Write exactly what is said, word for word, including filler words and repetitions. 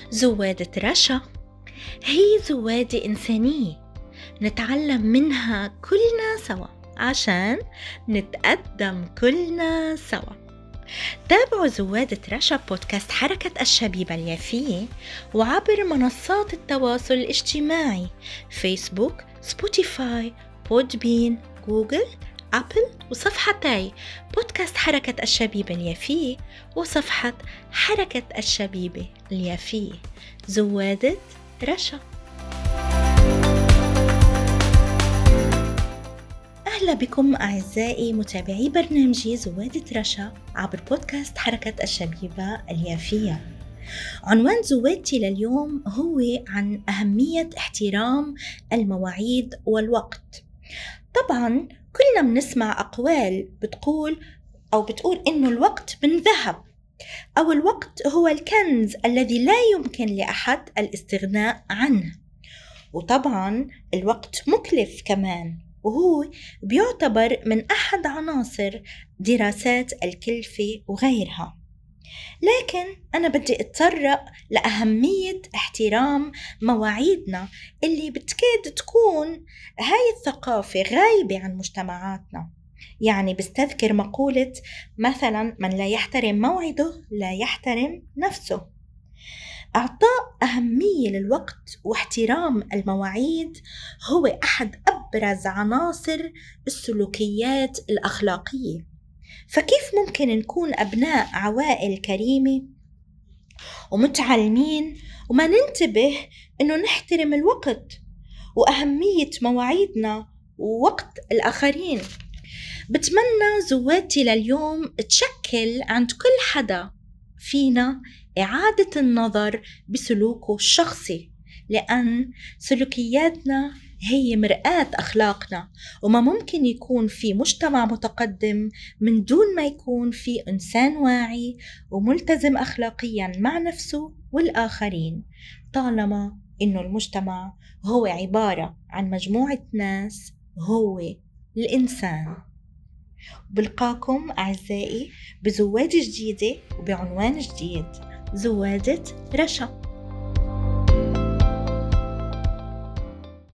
زوادة رشا هي زوادة إنسانية نتعلم منها كلنا سوا عشان نتقدم كلنا سوا. تابعوا زوادة رشا بودكاست حركة الشبيبة اليافية وعبر منصات التواصل الاجتماعي فيسبوك، سبوتيفاي، بودبين، جوجل، أبل، وصفحتي بودكاست حركة الشبيبة اليافية وصفحة حركة الشبيبة اليافية. زوادة رشا. أهلا بكم أعزائي متابعي برنامجي زوادة رشا عبر بودكاست حركة الشبيبة اليافية. عنوان زوادتي لليوم هو عن أهمية احترام المواعيد والوقت. طبعاً كلنا بنسمع أقوال بتقول أو بتقول إنه الوقت من ذهب، أو الوقت هو الكنز الذي لا يمكن لأحد الاستغناء عنه. وطبعاً الوقت مكلف كمان، وهو بيعتبر من أحد عناصر دراسات الكلفة وغيرها. لكن أنا بدي أتطرق لأهمية احترام مواعيدنا اللي بتكاد تكون هاي الثقافة غايبة عن مجتمعاتنا. يعني بستذكر مقولة مثلا من لا يحترم موعده لا يحترم نفسه. إعطاء أهمية للوقت واحترام المواعيد هو أحد أبرز عناصر السلوكيات الأخلاقية. فكيف ممكن نكون أبناء عوائل كريمة ومتعلمين وما ننتبه إنه نحترم الوقت وأهمية مواعيدنا ووقت الآخرين؟ بتمنى زوادتي لليوم تشكل عند كل حدا فينا إعادة النظر بسلوكه الشخصي، لأن سلوكياتنا هي مرآة أخلاقنا، وما ممكن يكون في مجتمع متقدم من دون ما يكون في إنسان واعي وملتزم أخلاقيا مع نفسه والآخرين، طالما إنه المجتمع هو عبارة عن مجموعة ناس هو الإنسان. بلقاكم أعزائي بزوادة جديدة وبعنوان جديد. زوادة رشا.